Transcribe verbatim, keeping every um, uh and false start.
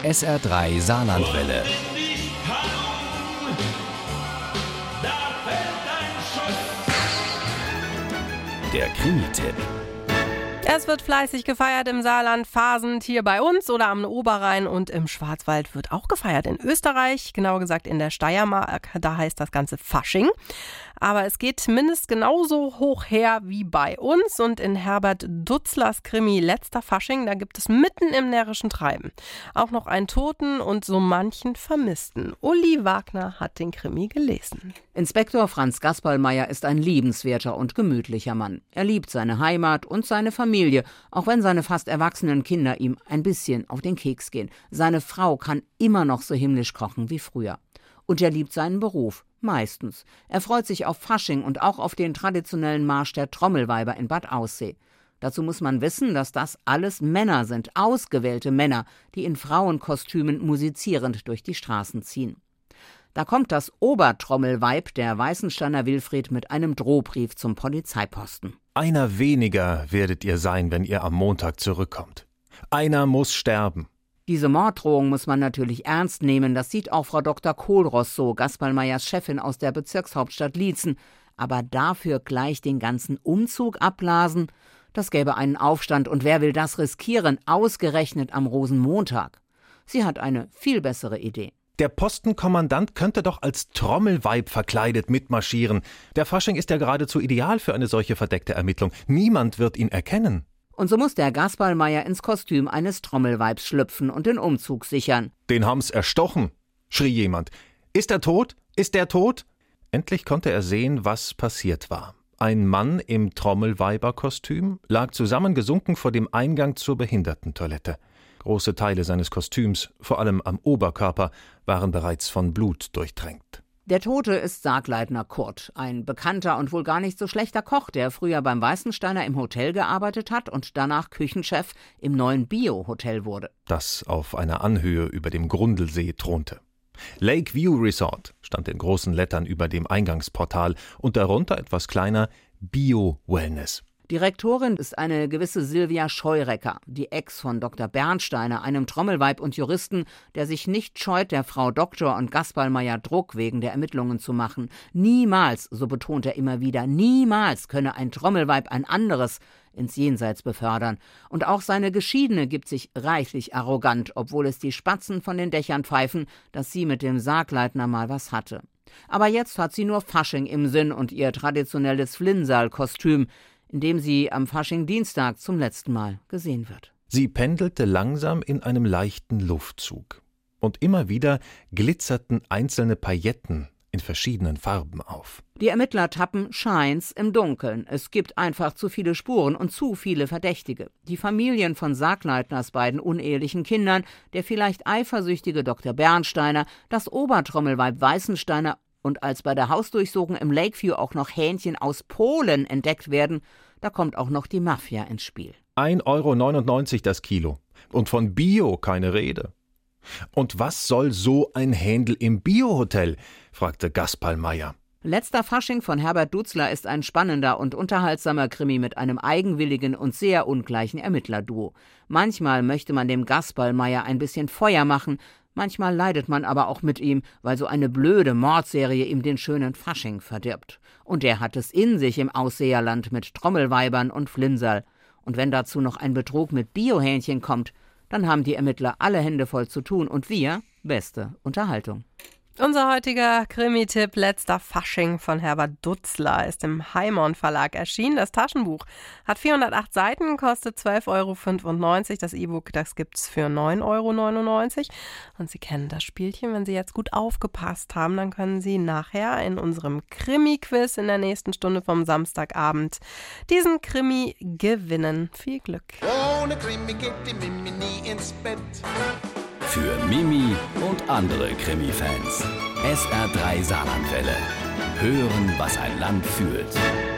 S R drei Saarlandwelle. Der Krimi-Tipp. Es wird fleißig gefeiert im Saarland, Fasend hier bei uns oder am Oberrhein, und im Schwarzwald wird auch gefeiert. In Österreich, genauer gesagt in der Steiermark, da heißt das Ganze Fasching. Aber es geht mindestens genauso hoch her wie bei uns, und in Herbert Dutzlers Krimi Letzter Fasching, da gibt es mitten im närrischen Treiben auch noch einen Toten und so manchen Vermissten. Uli Wagner hat den Krimi gelesen. Inspektor Franz Gaspalmeier ist ein liebenswerter und gemütlicher Mann. Er liebt seine Heimat und seine Familie, auch wenn seine fast erwachsenen Kinder ihm ein bisschen auf den Keks gehen. Seine Frau kann immer noch so himmlisch kochen wie früher. Und er liebt seinen Beruf. Meistens. Er freut sich auf Fasching und auch auf den traditionellen Marsch der Trommelweiber in Bad Aussee. Dazu muss man wissen, dass das alles Männer sind, ausgewählte Männer, die in Frauenkostümen musizierend durch die Straßen ziehen. Da kommt das Obertrommelweib, der Weißensteiner Wilfried, mit einem Drohbrief zum Polizeiposten. Einer weniger werdet ihr sein, wenn ihr am Montag zurückkommt. Einer muss sterben. Diese Morddrohung muss man natürlich ernst nehmen, das sieht auch Frau Doktor Kohlross so, Gaspalmeiers Chefin aus der Bezirkshauptstadt Liezen. Aber dafür gleich den ganzen Umzug abblasen, das gäbe einen Aufstand, und wer will das riskieren, ausgerechnet am Rosenmontag? Sie hat eine viel bessere Idee. Der Postenkommandant könnte doch als Trommelweib verkleidet mitmarschieren. Der Fasching ist ja geradezu ideal für eine solche verdeckte Ermittlung. Niemand wird ihn erkennen. Und so muss der Gaspalmeier ins Kostüm eines Trommelweibs schlüpfen und den Umzug sichern. Den haben's erstochen, schrie jemand. Ist er tot? Ist der tot? Endlich konnte er sehen, was passiert war. Ein Mann im Trommelweiberkostüm lag zusammengesunken vor dem Eingang zur Behindertentoilette. Große Teile seines Kostüms, vor allem am Oberkörper, waren bereits von Blut durchtränkt. Der Tote ist Sargleitner Kurt, ein bekannter und wohl gar nicht so schlechter Koch, der früher beim Weißensteiner im Hotel gearbeitet hat und danach Küchenchef im neuen Bio-Hotel wurde. Das auf einer Anhöhe über dem Grundlsee thronte. Lakeview Resort stand in großen Lettern über dem Eingangsportal und darunter etwas kleiner Bio-Wellness. Direktorin ist eine gewisse Silvia Scheurecker, die Ex von Doktor Bernsteiner, einem Trommelweib und Juristen, der sich nicht scheut, der Frau Doktor und Gaspalmeier Druck wegen der Ermittlungen zu machen. Niemals, so betont er immer wieder, niemals könne ein Trommelweib ein anderes ins Jenseits befördern. Und auch seine Geschiedene gibt sich reichlich arrogant, obwohl es die Spatzen von den Dächern pfeifen, dass sie mit dem Sargleitner mal was hatte. Aber jetzt hat sie nur Fasching im Sinn und ihr traditionelles Flinsal-Kostüm, in dem sie am Fasching-Dienstag zum letzten Mal gesehen wird. Sie pendelte langsam in einem leichten Luftzug. Und immer wieder glitzerten einzelne Pailletten in verschiedenen Farben auf. Die Ermittler tappen Scheins im Dunkeln. Es gibt einfach zu viele Spuren und zu viele Verdächtige. Die Familien von Sargleitners beiden unehelichen Kindern, der vielleicht eifersüchtige Doktor Bernsteiner, das Obertrommelweib Weißensteiner, und als bei der Hausdurchsuchung im Lakeview auch noch Hähnchen aus Polen entdeckt werden, da kommt auch noch die Mafia ins Spiel. ein Euro neunundneunzig das Kilo. Und von Bio keine Rede. Und was soll so ein Händel im Bio-Hotel? Fragte Gaspalmeier. Letzter Fasching von Herbert Dutzler ist ein spannender und unterhaltsamer Krimi mit einem eigenwilligen und sehr ungleichen Ermittlerduo. Manchmal möchte man dem Gaspalmeier ein bisschen Feuer machen, manchmal leidet man aber auch mit ihm, weil so eine blöde Mordserie ihm den schönen Fasching verdirbt. Und er hat es in sich im Ausseerland mit Trommelweibern und Flinsal. Und wenn dazu noch ein Betrug mit Biohähnchen kommt, dann haben die Ermittler alle Hände voll zu tun und wir beste Unterhaltung. Unser heutiger Krimi-Tipp Letzter Fasching von Herbert Dutzler ist im Heimon Verlag erschienen. Das Taschenbuch hat vierhundertacht Seiten, kostet zwölf Euro fünfundneunzig. Das E-Book, das gibt's für neun Euro neunundneunzig. Und Sie kennen das Spielchen. Wenn Sie jetzt gut aufgepasst haben, dann können Sie nachher in unserem Krimi-Quiz in der nächsten Stunde vom Samstagabend diesen Krimi gewinnen. Viel Glück. Ohne Krimi geht die Mimi nie ins Bett. Für Mimi und andere Krimi-Fans. S R drei Saarlandwelle. Hören, was ein Land fühlt.